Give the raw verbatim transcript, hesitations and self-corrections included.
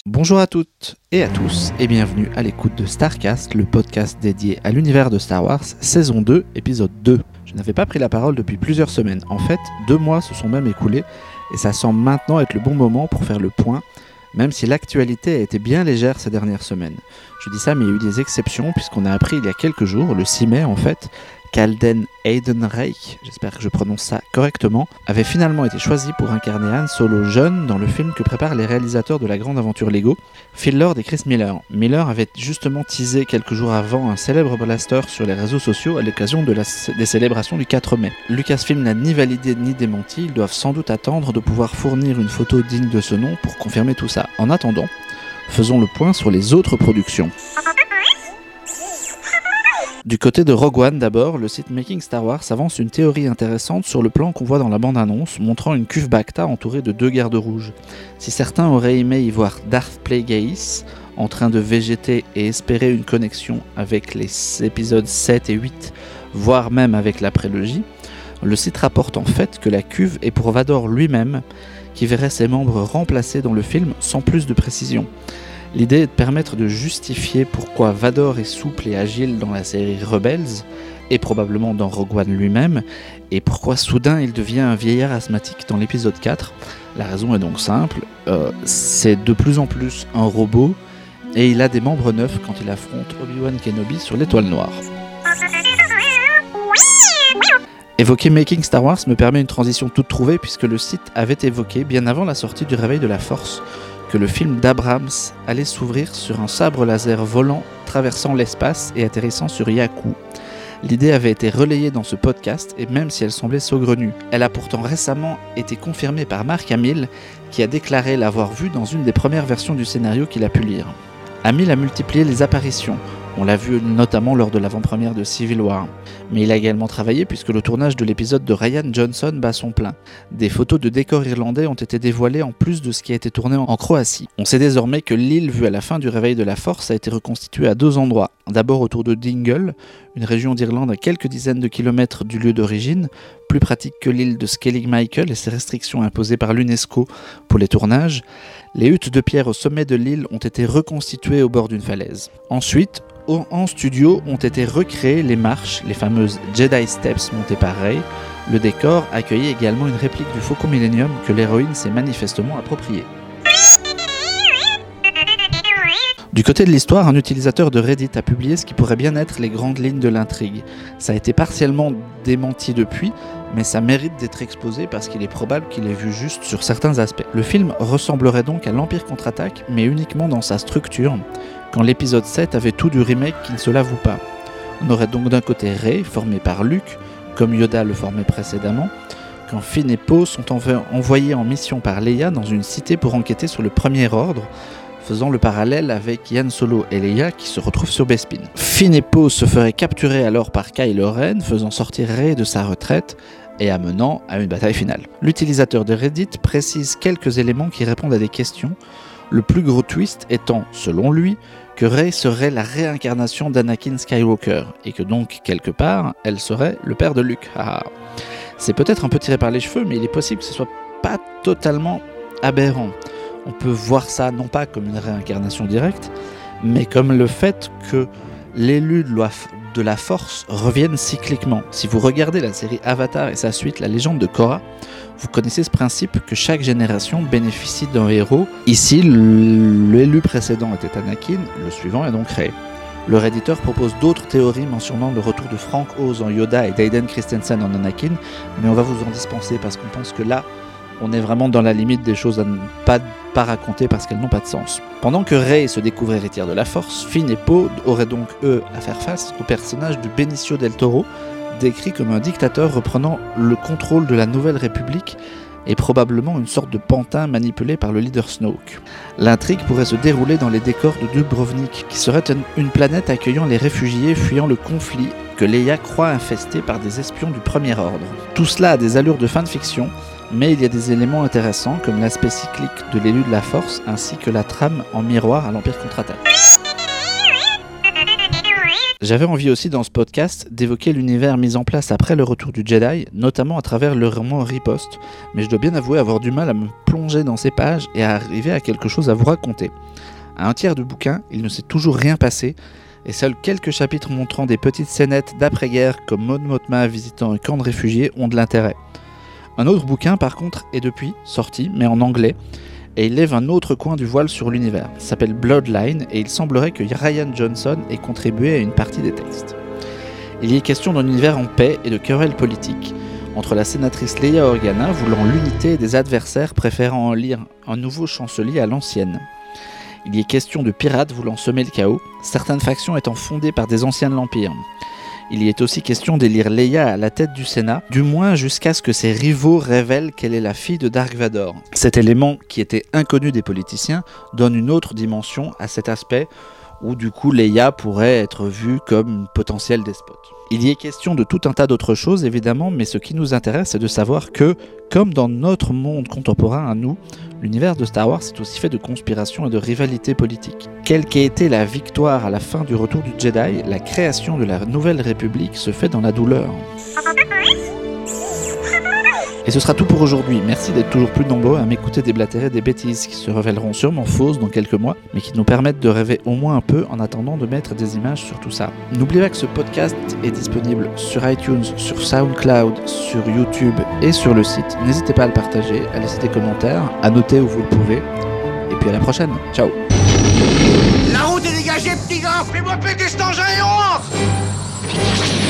Bonjour à toutes et à tous et bienvenue à l'écoute de Starcast, le podcast dédié à l'univers de Star Wars, saison deux, épisode deux. Je n'avais pas pris la parole depuis plusieurs semaines. En fait, deux mois se sont même écoulés et ça semble maintenant être le bon moment pour faire le point, même si l'actualité a été bien légère ces dernières semaines. Je dis ça, mais il y a eu des exceptions puisqu'on a appris il y a quelques jours, le six mai en fait, qu'Alden Ehrenreich, j'espère que je prononce ça correctement, avait finalement été choisi pour incarner Han Solo jeune dans le film que préparent les réalisateurs de la grande aventure Lego, Phil Lord et Chris Miller. Miller avait justement teasé quelques jours avant un célèbre blaster sur les réseaux sociaux à l'occasion de la, des célébrations du quatre mai. Lucasfilm n'a ni validé ni démenti, ils doivent sans doute attendre de pouvoir fournir une photo digne de ce nom pour confirmer tout ça. En attendant, faisons le point sur les autres productions. Du côté de Rogue One d'abord, le site Making Star Wars avance une théorie intéressante sur le plan qu'on voit dans la bande-annonce, montrant une cuve Bacta entourée de deux gardes rouges. Si certains auraient aimé y voir Darth Plagueis en train de végéter et espérer une connexion avec les épisodes sept et huit, voire même avec la prélogie, le site rapporte en fait que la cuve est pour Vador lui-même, qui verrait ses membres remplacés dans le film sans plus de précision. L'idée est de permettre de justifier pourquoi Vador est souple et agile dans la série Rebels, et probablement dans Rogue One lui-même, et pourquoi soudain il devient un vieillard asthmatique dans l'épisode quatre. La raison est donc simple, euh, c'est de plus en plus un robot, et il a des membres neufs quand il affronte Obi-Wan Kenobi sur l'Étoile Noire. Évoquer Making Star Wars me permet une transition toute trouvée puisque le site avait évoqué, bien avant la sortie du Réveil de la Force, que le film d'Abrams allait s'ouvrir sur un sabre laser volant traversant l'espace et atterrissant sur Jakku. L'idée avait été relayée dans ce podcast et même si elle semblait saugrenue, elle a pourtant récemment été confirmée par Mark Hamill qui a déclaré l'avoir vue dans une des premières versions du scénario qu'il a pu lire. Hamill a multiplié les apparitions, on l'a vu notamment lors de l'avant-première de Civil War, mais il a également travaillé puisque le tournage de l'épisode de Ryan Johnson bat son plein. Des photos de décors irlandais ont été dévoilées en plus de ce qui a été tourné en Croatie. On sait désormais que l'île vue à la fin du Réveil de la Force a été reconstituée à deux endroits. D'abord autour de Dingle, une région d'Irlande à quelques dizaines de kilomètres du lieu d'origine, plus pratique que l'île de Skellig Michael et ses restrictions imposées par l'UNESCO pour les tournages. Les huttes de pierre au sommet de l'île ont été reconstituées au bord d'une falaise. Ensuite, en studio ont été recréées les marches, les fameuses Jedi Steps montées par Rey. Le décor accueillait également une réplique du Faucon Millennium que l'héroïne s'est manifestement appropriée. Du côté de l'histoire, un utilisateur de Reddit a publié ce qui pourrait bien être les grandes lignes de l'intrigue. Ça a été partiellement démenti depuis, mais ça mérite d'être exposé parce qu'il est probable qu'il ait vu juste sur certains aspects. Le film ressemblerait donc à l'Empire contre-attaque, mais uniquement dans sa structure, quand l'épisode sept avait tout du remake qui ne se l'avoue pas. On aurait donc d'un côté Rey, formé par Luke, comme Yoda le formait précédemment, quand Finn et Poe sont env- envoyés en mission par Leia dans une cité pour enquêter sur le Premier Ordre, faisant le parallèle avec Han Solo et Leia qui se retrouvent sur Bespin. Finn et Poe se feraient capturer alors par Kylo Ren, faisant sortir Rey de sa retraite et amenant à une bataille finale. L'utilisateur de Reddit précise quelques éléments qui répondent à des questions, le plus gros twist étant, selon lui, que Rey serait la réincarnation d'Anakin Skywalker, et que donc, quelque part, elle serait le père de Luke. Ah. C'est peut-être un peu tiré par les cheveux, mais il est possible que ce soit pas totalement aberrant. On peut voir ça non pas comme une réincarnation directe, mais comme le fait que l'élu de la Force revienne cycliquement. Si vous regardez la série Avatar et sa suite, La Légende de Korra, vous connaissez ce principe que chaque génération bénéficie d'un héros. Ici, l'élu précédent était Anakin, le suivant est donc Rey. Le Redditeur propose d'autres théories mentionnant le retour de Frank Oz en Yoda et d'Aiden Christensen en Anakin, mais on va vous en dispenser parce qu'on pense que là, on est vraiment dans la limite des choses à ne pas, pas raconter parce qu'elles n'ont pas de sens. Pendant que Rey se découvre héritière de la Force, Finn et Poe auraient donc eux à faire face au personnage de Benicio del Toro, décrit comme un dictateur reprenant le contrôle de la Nouvelle République et probablement une sorte de pantin manipulé par le leader Snoke. L'intrigue pourrait se dérouler dans les décors de Dubrovnik, qui serait une planète accueillant les réfugiés fuyant le conflit que Leia croit infesté par des espions du Premier Ordre. Tout cela a des allures de fanfiction, mais il y a des éléments intéressants comme l'aspect cyclique de l'élu de la Force ainsi que la trame en miroir à l'Empire contre-attaque. J'avais envie aussi dans ce podcast d'évoquer l'univers mis en place après le retour du Jedi, notamment à travers le roman Riposte, mais je dois bien avouer avoir du mal à me plonger dans ces pages et à arriver à quelque chose à vous raconter. À un tiers du bouquin, il ne s'est toujours rien passé, et seuls quelques chapitres montrant des petites scénettes d'après-guerre comme Mon Mothma visitant un camp de réfugiés ont de l'intérêt. Un autre bouquin par contre est depuis sorti, mais en anglais, et il lève un autre coin du voile sur l'univers. Il s'appelle Bloodline, et il semblerait que Rian Johnson ait contribué à une partie des textes. Il y est question d'un univers en paix et de querelles politiques, entre la sénatrice Leia Organa voulant l'unité et des adversaires préférant en lire un nouveau chancelier à l'ancienne. Il y est question de pirates voulant semer le chaos, certaines factions étant fondées par des anciens de l'Empire. Il y est aussi question d'élire Leia à la tête du Sénat, du moins jusqu'à ce que ses rivaux révèlent qu'elle est la fille de Dark Vador. Cet élément, qui était inconnu des politiciens, donne une autre dimension à cet aspect où du coup Leia pourrait être vue comme une potentielle despote. Il y est question de tout un tas d'autres choses évidemment, mais ce qui nous intéresse c'est de savoir que, comme dans notre monde contemporain à nous, l'univers de Star Wars est aussi fait de conspiration et de rivalité politique. Quelle qu'ait été la victoire à la fin du retour du Jedi, la création de la Nouvelle République se fait dans la douleur. Et ce sera tout pour aujourd'hui. Merci d'être toujours plus nombreux à m'écouter déblatérer des bêtises qui se révéleront sûrement fausses dans quelques mois, mais qui nous permettent de rêver au moins un peu en attendant de mettre des images sur tout ça. N'oubliez pas que ce podcast est disponible sur iTunes, sur SoundCloud, sur YouTube et sur le site. N'hésitez pas à le partager, à laisser des commentaires, à noter où vous le pouvez. Et puis à la prochaine. Ciao. La route est dégagée, petit gars. Fais-moi péter cet engin et on rentre.